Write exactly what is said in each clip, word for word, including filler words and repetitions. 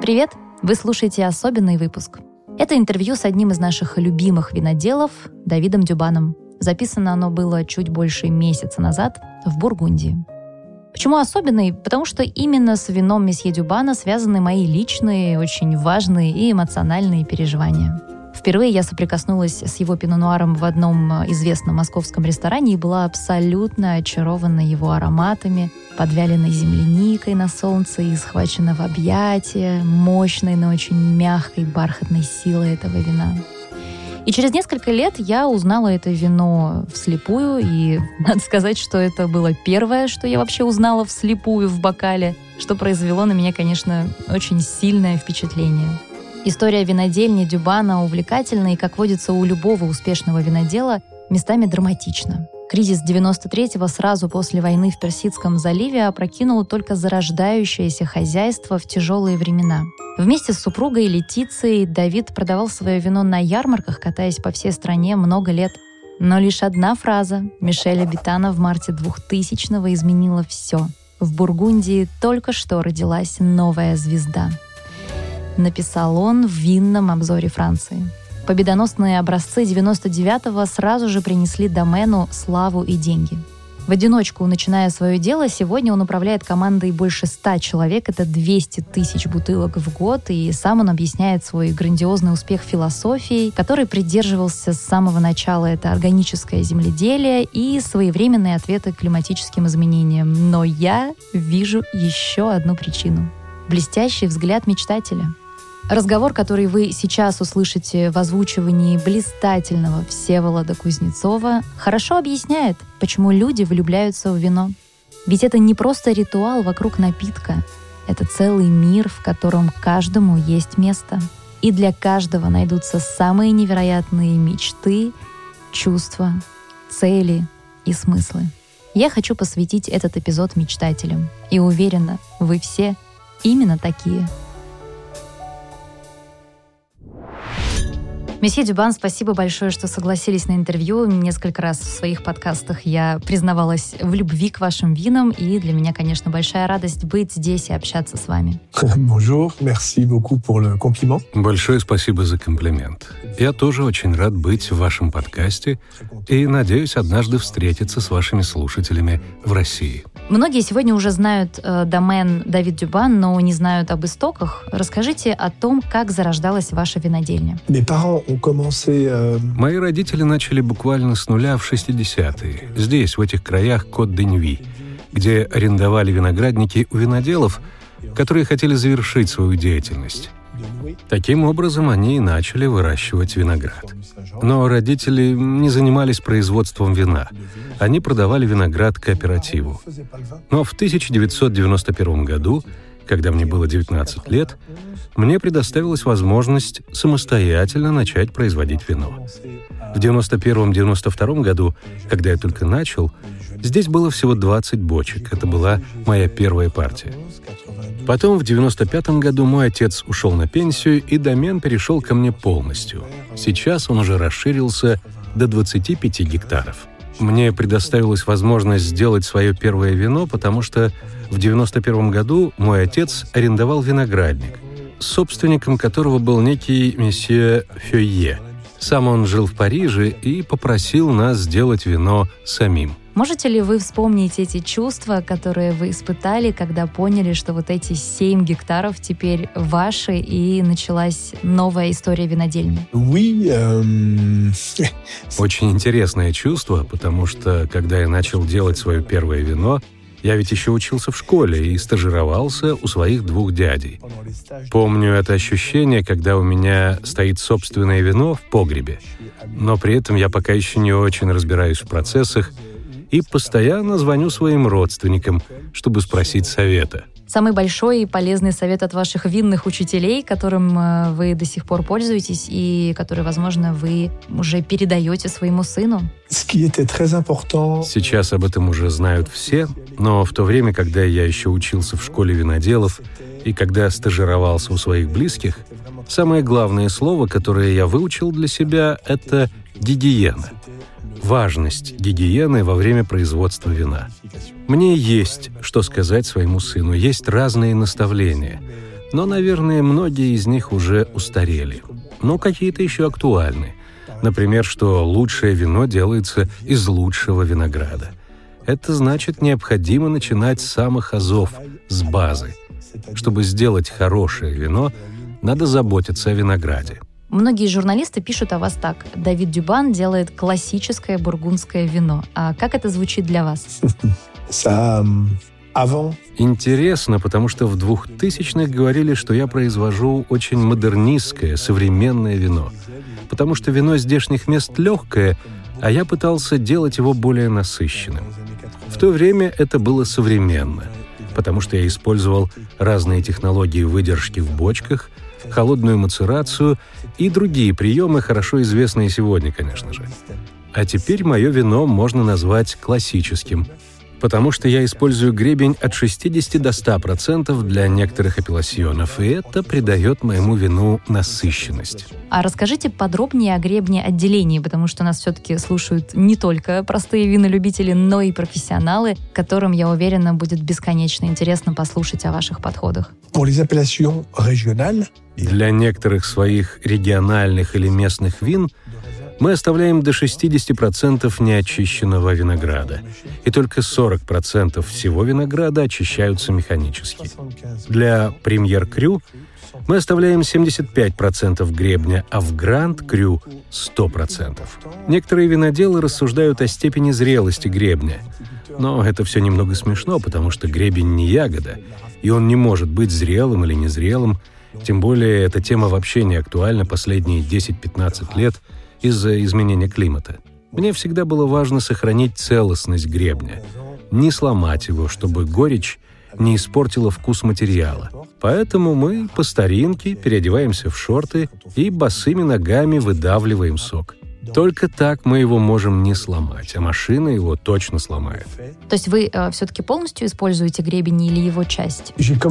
Привет! Вы слушаете особенный выпуск. Это интервью с одним из наших любимых виноделов, Давидом Дюбаном. Записано оно было чуть больше месяца назад в Бургундии. Почему особенный? Потому что именно с вином месье Дюбана связаны мои личные, очень важные и эмоциональные переживания. Впервые я соприкоснулась с его пино-нуаром в одном известном московском ресторане и была абсолютно очарована его ароматами, подвяленной земляникой на солнце и схвачена в объятия мощной, но очень мягкой бархатной силой этого вина. И через несколько лет я узнала это вино вслепую, и надо сказать, что это было первое, что я вообще узнала вслепую в бокале, что произвело на меня, конечно, очень сильное впечатление. История винодельни Дюбана увлекательна и, как водится у любого успешного винодела, местами драматична. Кризис девяносто третьего сразу после войны в Персидском заливе опрокинул только зарождающееся хозяйство в тяжелые времена. Вместе с супругой Летицией Давид продавал свое вино на ярмарках, катаясь по всей стране много лет. Но лишь одна фраза Мишеля Битана в марте двухтысячного изменила все. В Бургундии только что родилась новая звезда. Написал он в винном обзоре Франции. Победоносные образцы девяносто девятого сразу же принесли домену славу и деньги. В одиночку, начиная свое дело, сегодня он управляет командой больше ста человек, это двести тысяч бутылок в год, и сам он объясняет свой грандиозный успех философией, которой придерживался с самого начала. Это органическое земледелие и своевременные ответы к климатическим изменениям. Но я вижу еще одну причину. Блестящий взгляд мечтателя. Разговор, который вы сейчас услышите в озвучивании блистательного Всеволода Кузнецова, хорошо объясняет, почему люди влюбляются в вино. Ведь это не просто ритуал вокруг напитка, это целый мир, в котором каждому есть место. И для каждого найдутся самые невероятные мечты, чувства, цели и смыслы. Я хочу посвятить этот эпизод мечтателям. И уверена, вы все именно такие. Месье Дюбан, спасибо большое, что согласились на интервью. Несколько раз в своих подкастах я признавалась в любви к вашим винам, и для меня, конечно, большая радость быть здесь и общаться с вами. Bonjour, merci beaucoup pour le compliment. Большое спасибо за комплимент. Я тоже очень рад быть в вашем подкасте и надеюсь однажды встретиться с вашими слушателями в России. Многие сегодня уже знают э, домен Давид Дюбан, но не знают об истоках. Расскажите о том, как зарождалась ваша винодельня. Мои родители начали буквально с нуля в шестидесятые, здесь, в этих краях Кот-де-Ньюи, где арендовали виноградники у виноделов, которые хотели завершить свою деятельность. Таким образом, они и начали выращивать виноград. Но родители не занимались производством вина. Они продавали виноград кооперативу. Но в тысяча девятьсот девяносто первом году, когда мне было девятнадцать лет, мне предоставилась возможность самостоятельно начать производить вино. В девяносто первом — девяносто втором году, когда я только начал, здесь было всего двадцать бочек. Это была моя первая партия. Потом в девяносто пятом году мой отец ушел на пенсию, и домен перешел ко мне полностью. Сейчас он уже расширился до двадцати пяти гектаров. Мне предоставилась возможность сделать свое первое вино, потому что в девяносто первом году мой отец арендовал виноградник, собственником которого был некий месье Фёйе. Сам он жил в Париже и попросил нас сделать вино самим. Можете ли вы вспомнить эти чувства, которые вы испытали, когда поняли, что вот эти семь гектаров теперь ваши, и началась новая история винодельни? Oui, euh... Очень интересное чувство, потому что, когда я начал делать свое первое вино, я ведь еще учился в школе и стажировался у своих двух дядей. Помню это ощущение, когда у меня стоит собственное вино в погребе, но при этом я пока еще не очень разбираюсь в процессах и постоянно звоню своим родственникам, чтобы спросить совета. Самый большой и полезный совет от ваших винных учителей, которым вы до сих пор пользуетесь и который, возможно, вы уже передаете своему сыну? Сейчас об этом уже знают все, но в то время, когда я еще учился в школе виноделов и когда стажировался у своих близких, самое главное слово, которое я выучил для себя, это гигиена. Важность гигиены во время производства вина. Мне есть что сказать своему сыну, есть разные наставления. Но, наверное, многие из них уже устарели. Но какие-то еще актуальны. Например, что лучшее вино делается из лучшего винограда. Это значит, необходимо начинать с самых азов, с базы. Чтобы сделать хорошее вино, надо заботиться о винограде. Многие журналисты пишут о вас так. Давид Дюбан делает классическое бургундское вино. А как это звучит для вас? Интересно, потому что в двухтысячных говорили, что я произвожу очень модернистское, современное вино. Потому что вино здешних мест легкое, а я пытался делать его более насыщенным. В то время это было современно, потому что я использовал разные технологии выдержки в бочках, холодную мацерацию и другие приемы, хорошо известные сегодня, конечно же. А теперь мое вино можно назвать классическим, потому что я использую гребень от шестидесяти до ста процентов для некоторых апелласьонов, и это придает моему вину насыщенность. А расскажите подробнее о гребне отделении, потому что нас все-таки слушают не только простые винолюбители, но и профессионалы, которым, я уверена, будет бесконечно интересно послушать о ваших подходах. Для некоторых своих региональных или местных вин мы оставляем до шестидесяти процентов неочищенного винограда, и только сорок процентов всего винограда очищаются механически. Для премьер-крю мы оставляем семьдесят пять процентов гребня, а в гранд-крю – сто процентов. Некоторые виноделы рассуждают о степени зрелости гребня. Но это все немного смешно, потому что гребень не ягода, и он не может быть зрелым или незрелым. Тем более эта тема вообще не актуальна последние десять-пятнадцать лет из-за изменения климата. Мне всегда было важно сохранить целостность гребня, не сломать его, чтобы горечь не испортила вкус материала. Поэтому мы по старинке переодеваемся в шорты и босыми ногами выдавливаем сок. Только так мы его можем не сломать, а машина его точно сломает. То есть вы э, все-таки полностью используете гребень или его часть?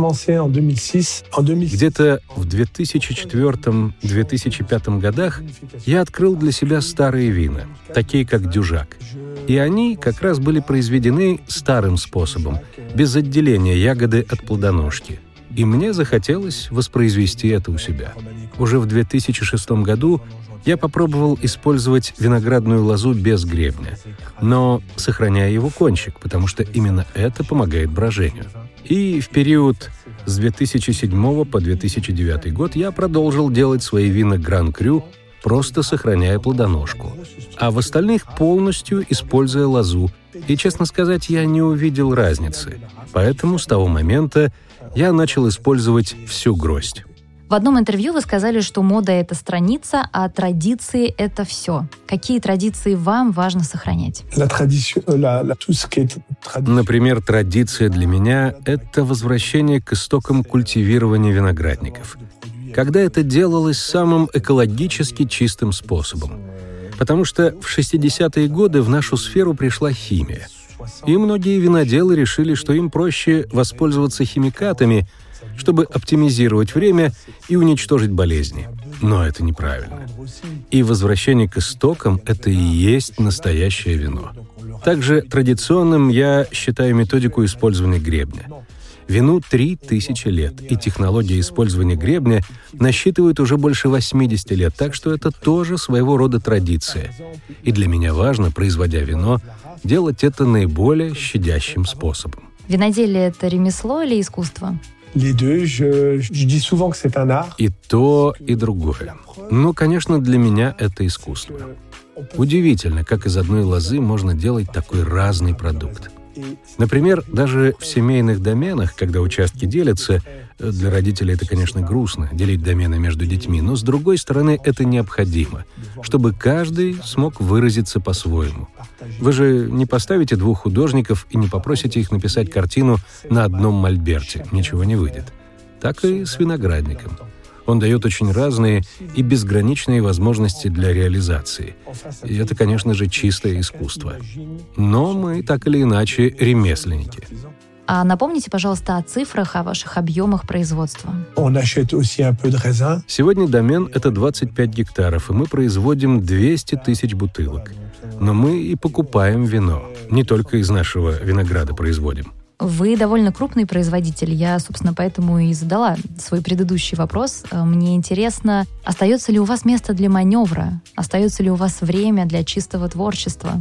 Где-то в две тысячи четвёртом — две тысячи пятом годах я открыл для себя старые вина, такие как Дюжак. И они как раз были произведены старым способом, без отделения ягоды от плодоножки. И мне захотелось воспроизвести это у себя. Уже в две тысячи шестом году я попробовал использовать виноградную лозу без гребня, но сохраняя его кончик, потому что именно это помогает брожению. И в период с две тысячи седьмого по две тысячи девятый год я продолжил делать свои вина Гран-Крю, просто сохраняя плодоножку, а в остальных полностью используя лозу. И, честно сказать, я не увидел разницы. Поэтому с того момента я начал использовать всю гроздь. В одном интервью вы сказали, что мода — это страница, а традиции — это все. Какие традиции вам важно сохранять? Например, традиция для меня — это возвращение к истокам культивирования виноградников, когда это делалось самым экологически чистым способом. Потому что в шестидесятые годы в нашу сферу пришла химия. И многие виноделы решили, что им проще воспользоваться химикатами, чтобы оптимизировать время и уничтожить болезни. Но это неправильно. И возвращение к истокам — это и есть настоящее вино. Также традиционным я считаю методику использования гребня. Вину три тысячи лет, и технология использования гребня насчитывает уже больше восьмидесяти лет, так что это тоже своего рода традиция. И для меня важно, производя вино, делать это наиболее щадящим способом. Виноделие — это ремесло или искусство? И то, и другое. Ну, конечно, для меня это искусство. Удивительно, как из одной лозы можно делать такой разный продукт. Например, даже в семейных доменах, когда участки делятся, для родителей это, конечно, грустно, делить домены между детьми, но, с другой стороны, это необходимо, чтобы каждый смог выразиться по-своему. Вы же не поставите двух художников и не попросите их написать картину на одном мольберте, ничего не выйдет. Так и с виноградником. Он дает очень разные и безграничные возможности для реализации. И это, конечно же, чистое искусство. Но мы, так или иначе, ремесленники. А напомните, пожалуйста, о цифрах, о ваших объемах производства. Сегодня домен — это двадцать пять гектаров, и мы производим двести тысяч бутылок. Но мы и покупаем вино. Не только из нашего винограда производим. Вы довольно крупный производитель. Я, собственно, поэтому и задала свой предыдущий вопрос. Мне интересно, остается ли у вас место для маневра? Остается ли у вас время для чистого творчества?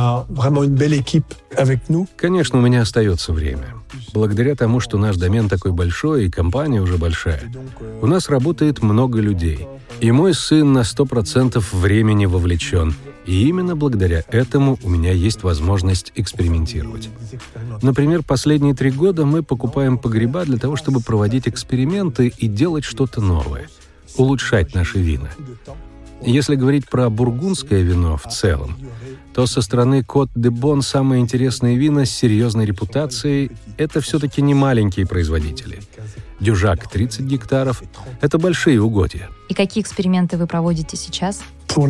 Конечно, у меня остается время. Благодаря тому, что наш домен такой большой и компания уже большая, у нас работает много людей. И мой сын на сто процентов времени вовлечен. И именно благодаря этому у меня есть возможность экспериментировать. Например, последние три года мы покупаем погреба для того, чтобы проводить эксперименты и делать что-то новое, улучшать наши вина. Если говорить про бургундское вино в целом, то со стороны Кот-де-Бон самые интересные вина с серьезной репутацией – это все-таки не маленькие производители. Дюжак тридцать гектаров – это большие угодья. И какие эксперименты вы проводите сейчас?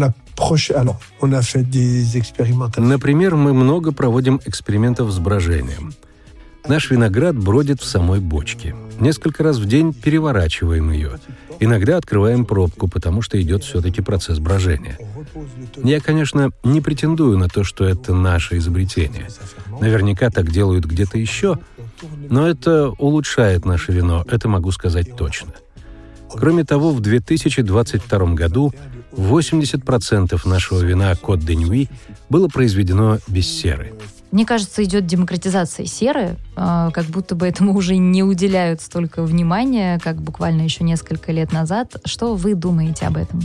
Например, мы много проводим экспериментов с брожением. Наш виноград бродит в самой бочке. Несколько раз в день переворачиваем ее. Иногда открываем пробку, потому что идет все-таки процесс брожения. Я, конечно, не претендую на то, что это наше изобретение. Наверняка так делают где-то еще, но это улучшает наше вино, это могу сказать точно. Кроме того, в две тысячи двадцать втором году восемьдесят процентов нашего вина Кот-де-Ньюи было произведено без серы. Мне кажется, идет демократизация серы, как будто бы этому уже не уделяют столько внимания, как буквально еще несколько лет назад. Что вы думаете об этом?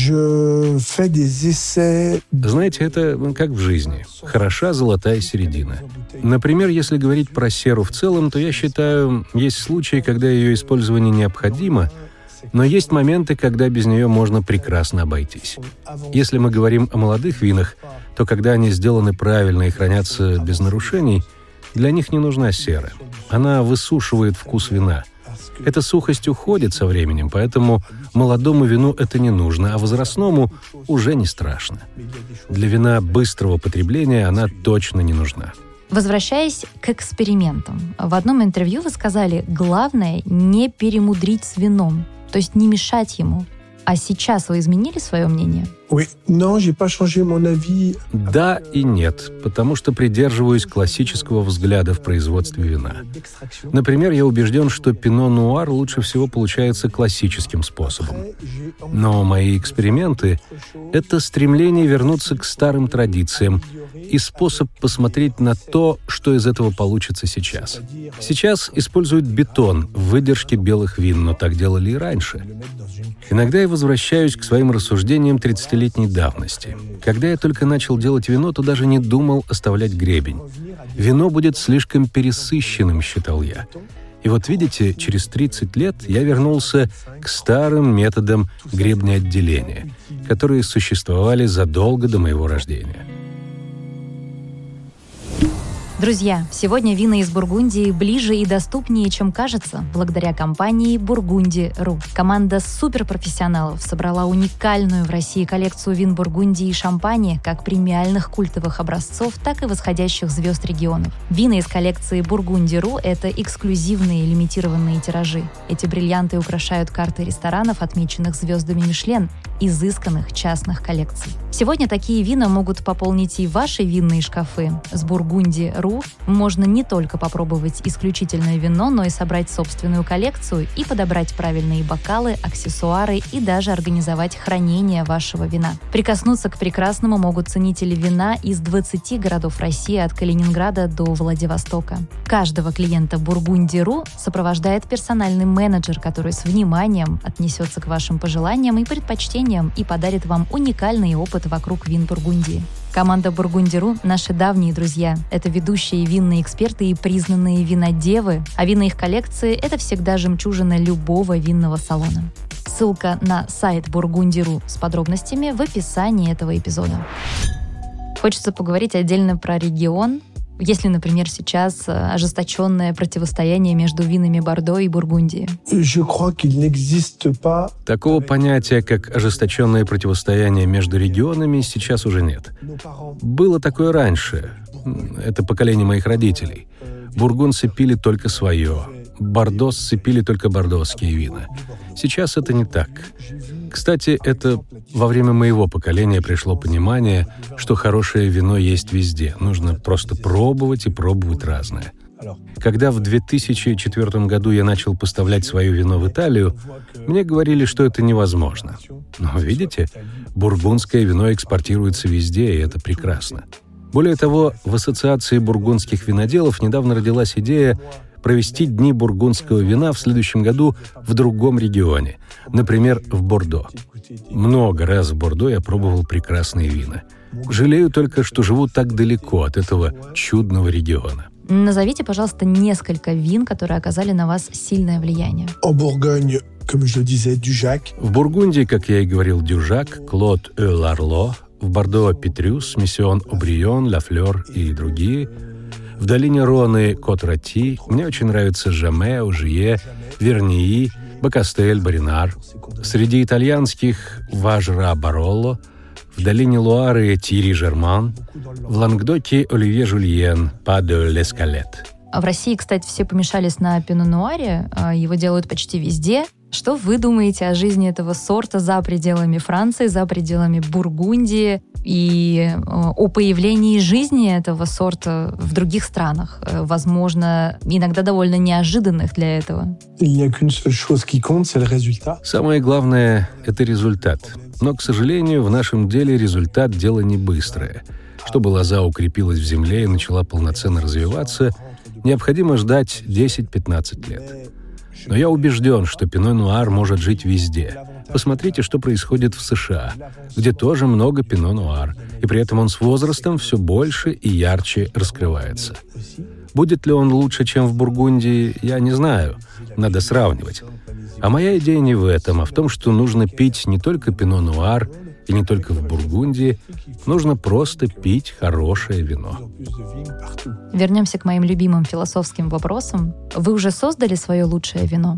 Знаете, это как в жизни. Хороша золотая середина. Например, если говорить про серу в целом, то я считаю, есть случаи, когда ее использование необходимо, но есть моменты, когда без нее можно прекрасно обойтись. Если мы говорим о молодых винах, то когда они сделаны правильно и хранятся без нарушений, для них не нужна сера. Она высушивает вкус вина. Эта сухость уходит со временем, поэтому молодому вину это не нужно, а возрастному уже не страшно. Для вина быстрого потребления она точно не нужна. Возвращаясь к экспериментам, в одном интервью вы сказали, главное не перемудрить с вином, то есть не мешать ему. А сейчас вы изменили свое мнение? Да и нет, потому что придерживаюсь классического взгляда в производстве вина. Например, я убежден, что пино-нуар лучше всего получается классическим способом. Но мои эксперименты — это стремление вернуться к старым традициям и способ посмотреть на то, что из этого получится сейчас. Сейчас используют бетон в выдержке белых вин, но так делали и раньше. Иногда я возвращаюсь к своим рассуждениям тридцатилетней давности. Когда я только начал делать вино, то даже не думал оставлять гребень. Вино будет слишком пересыщенным, считал я. И вот видите, через тридцать лет я вернулся к старым методам гребнеотделения, которые существовали задолго до моего рождения. Друзья, сегодня вина из Бургундии ближе и доступнее, чем кажется, благодаря компании Бургунди.ру. Команда суперпрофессионалов собрала уникальную в России коллекцию вин Бургундии и Шампани, как премиальных культовых образцов, так и восходящих звезд регионов. Вина из коллекции Бургунди.ру — это эксклюзивные лимитированные тиражи. Эти бриллианты украшают карты ресторанов, отмеченных звездами Мишлен, изысканных частных коллекций. Сегодня такие вина могут пополнить и ваши винные шкафы. С Бургунди.ру можно не только попробовать исключительное вино, но и собрать собственную коллекцию и подобрать правильные бокалы, аксессуары и даже организовать хранение вашего вина. Прикоснуться к прекрасному могут ценители вина из двадцати городов России, от Калининграда до Владивостока. Каждого клиента Бургунди.ру сопровождает персональный менеджер, который с вниманием отнесется к вашим пожеланиям и предпочтениям и подарит вам уникальный опыт вокруг вин Бургундии. Команда Бургунди.ру — наши давние друзья. Это ведущие винные эксперты и признанные винодевы, а вина их коллекции — это всегда жемчужина любого винного салона. Ссылка на сайт Бургунди.ру с подробностями в описании этого эпизода. Хочется поговорить отдельно про регион. Есть ли, например, сейчас ожесточенное противостояние между винами Бордо и Бургундии? Такого понятия, как ожесточенное противостояние между регионами, сейчас уже нет. Было такое раньше. Это поколение моих родителей. Бургундцы пили только свое. Бордосцы пили только бордосские вина. Сейчас это не так. Кстати, это во время моего поколения пришло понимание, что хорошее вино есть везде. Нужно просто пробовать и пробовать разное. Когда в две тысячи четвёртом году я начал поставлять свое вино в Италию, мне говорили, что это невозможно. Но видите, бургундское вино экспортируется везде, и это прекрасно. Более того, в Ассоциации бургундских виноделов недавно родилась идея провести Дни бургундского вина в следующем году в другом регионе, например, в Бордо. Много раз в Бордо я пробовал прекрасные вина. Жалею только, что живу так далеко от этого чудного региона. Назовите, пожалуйста, несколько вин, которые оказали на вас сильное влияние. En Bourgogne, comme je le disais, Dujac. В Бургундии, как я и говорил, Дюжак, Клод Э Ларло, в Бордо Петрюс, Миссион Обрион, Ла Флёр и другие. В долине Роны Кот-Роти мне очень нравятся Жаме, Ожие, Вернии, Бакастель, Баринар. Среди итальянских Важра Баролло, в долине Луары Тири Жерман, в Лангдоке Оливье Жульен, Па де l'Escalette. А в России, кстати, все помешались на пино-нуаре, его делают почти везде. Что вы думаете о жизни этого сорта за пределами Франции, за пределами Бургундии и о появлении жизни этого сорта в других странах, возможно, иногда довольно неожиданных для этого? Самое главное — это результат. Но, к сожалению, в нашем деле результат — дело не быстрое. Чтобы лоза укрепилась в земле и начала полноценно развиваться, необходимо ждать десять-пятнадцать лет. Но я убежден, что пино-нуар может жить везде. Посмотрите, что происходит в США, где тоже много пино-нуар, и при этом он с возрастом все больше и ярче раскрывается. Будет ли он лучше, чем в Бургундии, я не знаю. Надо сравнивать. А моя идея не в этом, а в том, что нужно пить не только пино-нуар, и не только в Бургундии, нужно просто пить хорошее вино. Вернемся к моим любимым философским вопросам. Вы уже создали свое лучшее вино?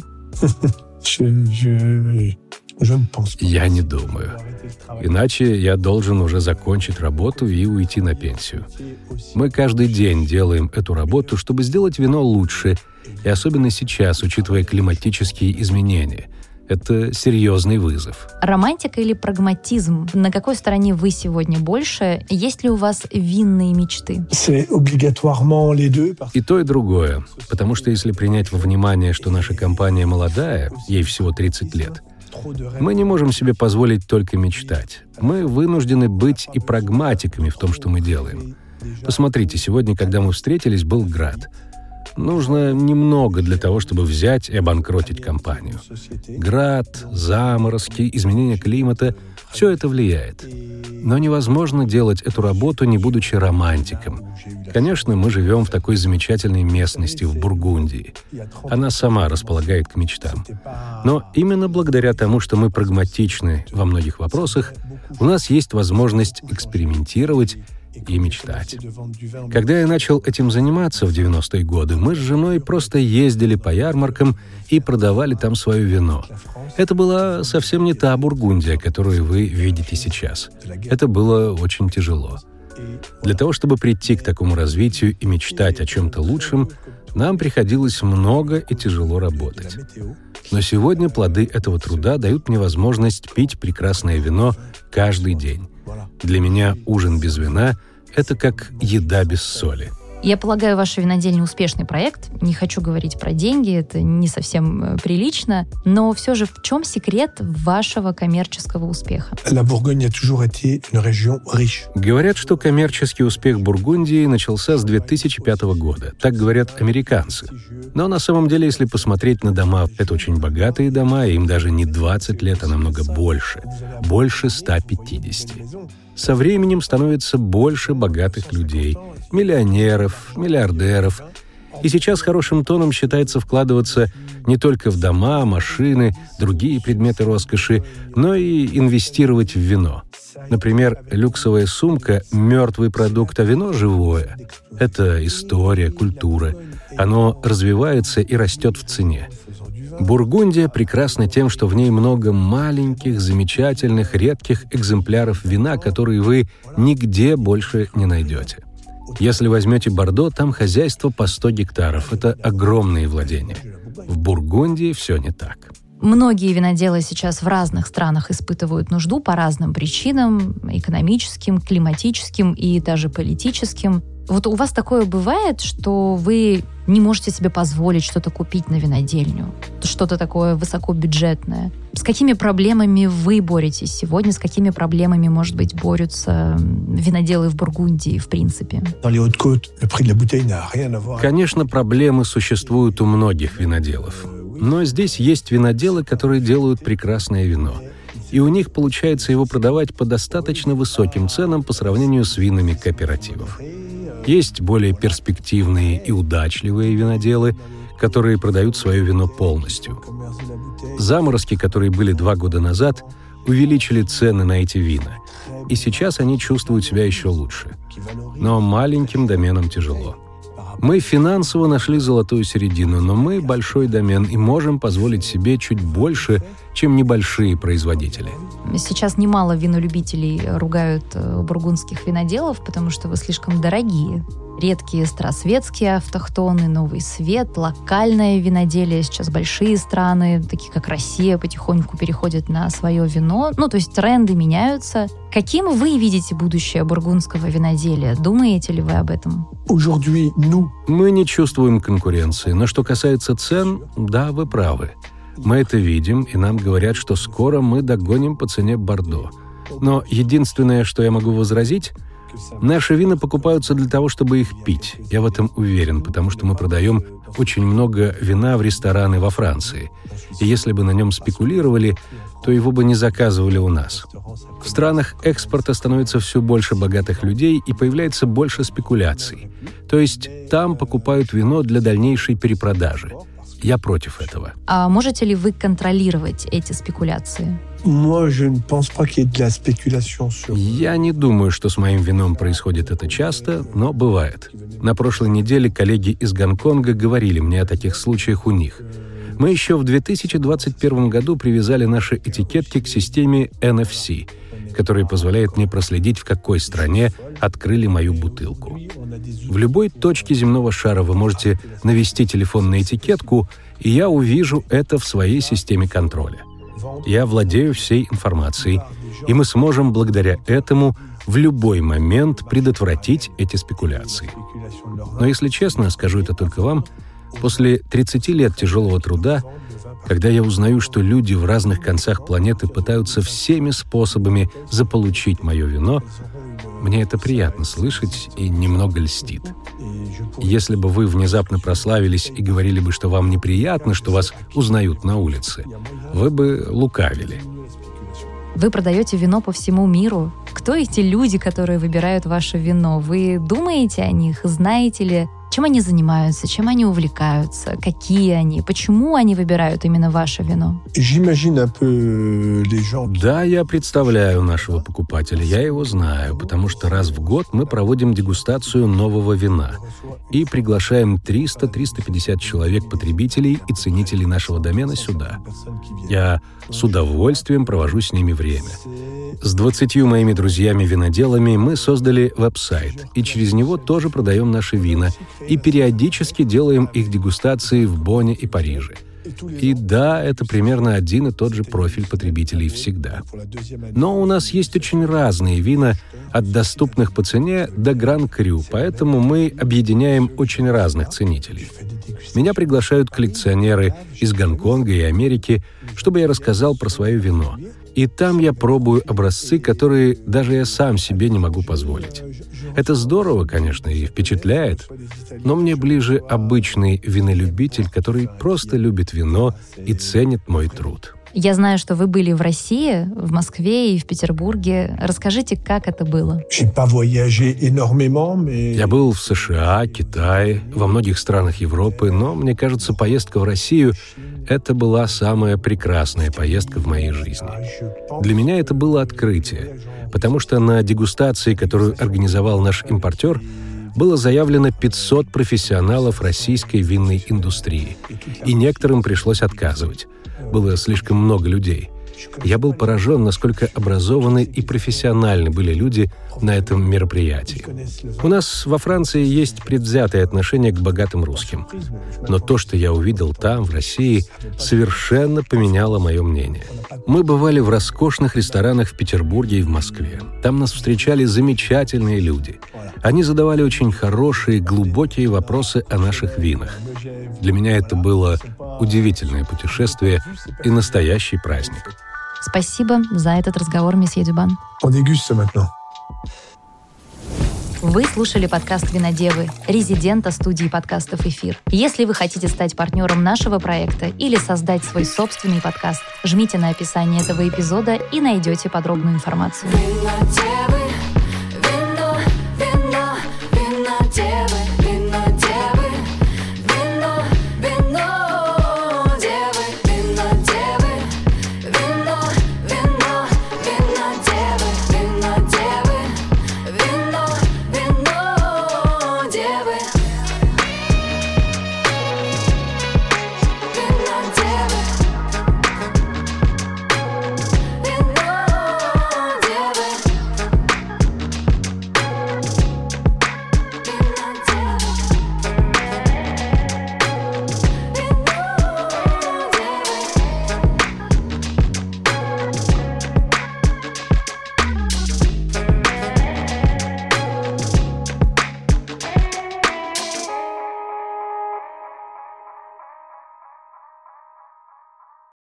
Я не думаю. Иначе я должен уже закончить работу и уйти на пенсию. Мы каждый день делаем эту работу, чтобы сделать вино лучше, и особенно сейчас, учитывая климатические изменения. Это серьезный вызов. Романтика или прагматизм? На какой стороне вы сегодня больше? Есть ли у вас винные мечты? И то, и другое. Потому что если принять во внимание, что наша компания молодая, ей всего тридцать лет, мы не можем себе позволить только мечтать. Мы вынуждены быть и прагматиками в том, что мы делаем. Посмотрите, сегодня, когда мы встретились, был град. Нужно немного для того, чтобы взять и обанкротить компанию. Град, заморозки, изменение климата — все это влияет. Но невозможно делать эту работу, не будучи романтиком. Конечно, мы живем в такой замечательной местности, в Бургундии. Она сама располагает к мечтам. Но именно благодаря тому, что мы прагматичны во многих вопросах, у нас есть возможность экспериментировать и мечтать. Когда я начал этим заниматься в девяностые годы, мы с женой просто ездили по ярмаркам и продавали там свое вино. Это была совсем не та Бургундия, которую вы видите сейчас. Это было очень тяжело. Для того, чтобы прийти к такому развитию и мечтать о чем-то лучшем, нам приходилось много и тяжело работать. Но сегодня плоды этого труда дают мне возможность пить прекрасное вино каждый день. Для меня ужин без вина — это как еда без соли. Я полагаю, ваш винодельня успешный проект. Не хочу говорить про деньги, это не совсем прилично. Но все же в чем секрет вашего коммерческого успеха? Говорят, что коммерческий успех Бургундии начался с две тысячи пятого года. Так говорят американцы. Но на самом деле, если посмотреть на дома, это очень богатые дома, и им даже не двадцать лет, а намного больше. Больше ста пятидесяти. Со временем становится больше богатых людей, миллионеров, миллиардеров. И сейчас хорошим тоном считается вкладываться не только в дома, машины, другие предметы роскоши, но и инвестировать в вино. Например, люксовая сумка – мертвый продукт, а вино – живое. Это история, культура. Оно развивается и растет в цене. Бургундия прекрасна тем, что в ней много маленьких, замечательных, редких экземпляров вина, которые вы нигде больше не найдете. Если возьмете Бордо, там хозяйство по сто гектаров. Это огромные владения. В Бургундии все не так. Многие виноделы сейчас в разных странах испытывают нужду по разным причинам – экономическим, климатическим и даже политическим. Вот у вас такое бывает, что вы не можете себе позволить что-то купить на винодельню? Что-то такое высокобюджетное? С какими проблемами вы боретесь сегодня? С какими проблемами, может быть, борются виноделы в Бургундии, в принципе? Конечно, проблемы существуют у многих виноделов. Но здесь есть виноделы, которые делают прекрасное вино. И у них получается его продавать по достаточно высоким ценам по сравнению с винами кооперативов. Есть более перспективные и удачливые виноделы, которые продают свое вино полностью. Заморозки, которые были два года назад, увеличили цены на эти вина. И сейчас они чувствуют себя еще лучше. Но маленьким доменам тяжело. Мы финансово нашли золотую середину, но мы большой домен и можем позволить себе чуть больше, чем небольшие производители. Сейчас немало винолюбителей ругают бургундских виноделов, потому что вы слишком дорогие. Редкие старосветские автохтоны, новый свет, локальное виноделие. Сейчас большие страны, такие как Россия, потихоньку переходят на свое вино. Ну, то есть тренды меняются. Каким вы видите будущее бургундского виноделия? Думаете ли вы об этом? Мы не чувствуем конкуренции, но что касается цен, да, вы правы. Мы это видим, и нам говорят, что скоро мы догоним по цене Бордо. Но единственное, что я могу возразить, наши вина покупаются для того, чтобы их пить. Я в этом уверен, потому что мы продаем очень много вина в рестораны во Франции. И если бы на нем спекулировали, то его бы не заказывали у нас. В странах экспорта становится все больше богатых людей и появляется больше спекуляций. То есть там покупают вино для дальнейшей перепродажи. Я против этого. А можете ли вы контролировать эти спекуляции? Я не думаю, что с моим вином происходит это часто, но бывает. На прошлой неделе коллеги из Гонконга говорили мне о таких случаях у них. Мы еще в две тысячи двадцать первом году привязали наши этикетки к системе эн эф си, которая позволяет мне проследить, в какой стране открыли мою бутылку. В любой точке земного шара вы можете навести телефон на этикетку, и я увижу это в своей системе контроля. Я владею всей информацией, и мы сможем благодаря этому в любой момент предотвратить эти спекуляции. Но если честно, скажу это только вам, после тридцати лет тяжелого труда, когда я узнаю, что люди в разных концах планеты пытаются всеми способами заполучить мое вино, мне это приятно слышать и немного льстит. Если бы вы внезапно прославились и говорили бы, что вам неприятно, что вас узнают на улице, вы бы лукавили. Вы продаете вино по всему миру. Кто эти люди, которые выбирают ваше вино? Вы думаете о них? Знаете ли, чем они занимаются, чем они увлекаются, какие они, почему они выбирают именно ваше вино? Да, я представляю нашего покупателя, я его знаю, потому что раз в год мы проводим дегустацию нового вина и приглашаем триста-триста пятьдесят человек-потребителей и ценителей нашего домена сюда. Я с удовольствием провожу с ними время. С двадцатью моими друзьями-виноделами мы создали веб-сайт, и через него тоже продаем наши вина, и периодически делаем их дегустации в Бонне и Париже. И да, это примерно один и тот же профиль потребителей всегда. Но у нас есть очень разные вина, от доступных по цене до Гран-Крю, поэтому мы объединяем очень разных ценителей. Меня приглашают коллекционеры из Гонконга и Америки, чтобы я рассказал про свое вино. И там я пробую образцы, которые даже я сам себе не могу позволить. Это здорово, конечно, и впечатляет, но мне ближе обычный винолюбитель, который просто любит вино и ценит мой труд. Я знаю, что вы были в России, в Москве и в Петербурге. Расскажите, как это было? Я был в США, Китае, во многих странах Европы, но, мне кажется, поездка в Россию — это была самая прекрасная поездка в моей жизни. Для меня это было открытие, потому что на дегустации, которую организовал наш импортер, было заявлено пятьсот профессионалов российской винной индустрии, и некоторым пришлось отказывать. Было слишком много людей. Я был поражен, насколько образованы и профессиональны были люди на этом мероприятии. У нас во Франции есть предвзятое отношение к богатым русским. Но то, что я увидел там, в России, совершенно поменяло мое мнение. Мы бывали в роскошных ресторанах в Петербурге и в Москве. Там нас встречали замечательные люди. Они задавали очень хорошие, глубокие вопросы о наших винах. Для меня это было удивительное путешествие и настоящий праздник. Спасибо за этот разговор, месье Дюбан. On déguste maintenant. Вы слушали подкаст «Винодевы», резидента студии подкастов «Эфир». Если вы хотите стать партнером нашего проекта или создать свой собственный подкаст, жмите на описание этого эпизода и найдете подробную информацию. Винодевы.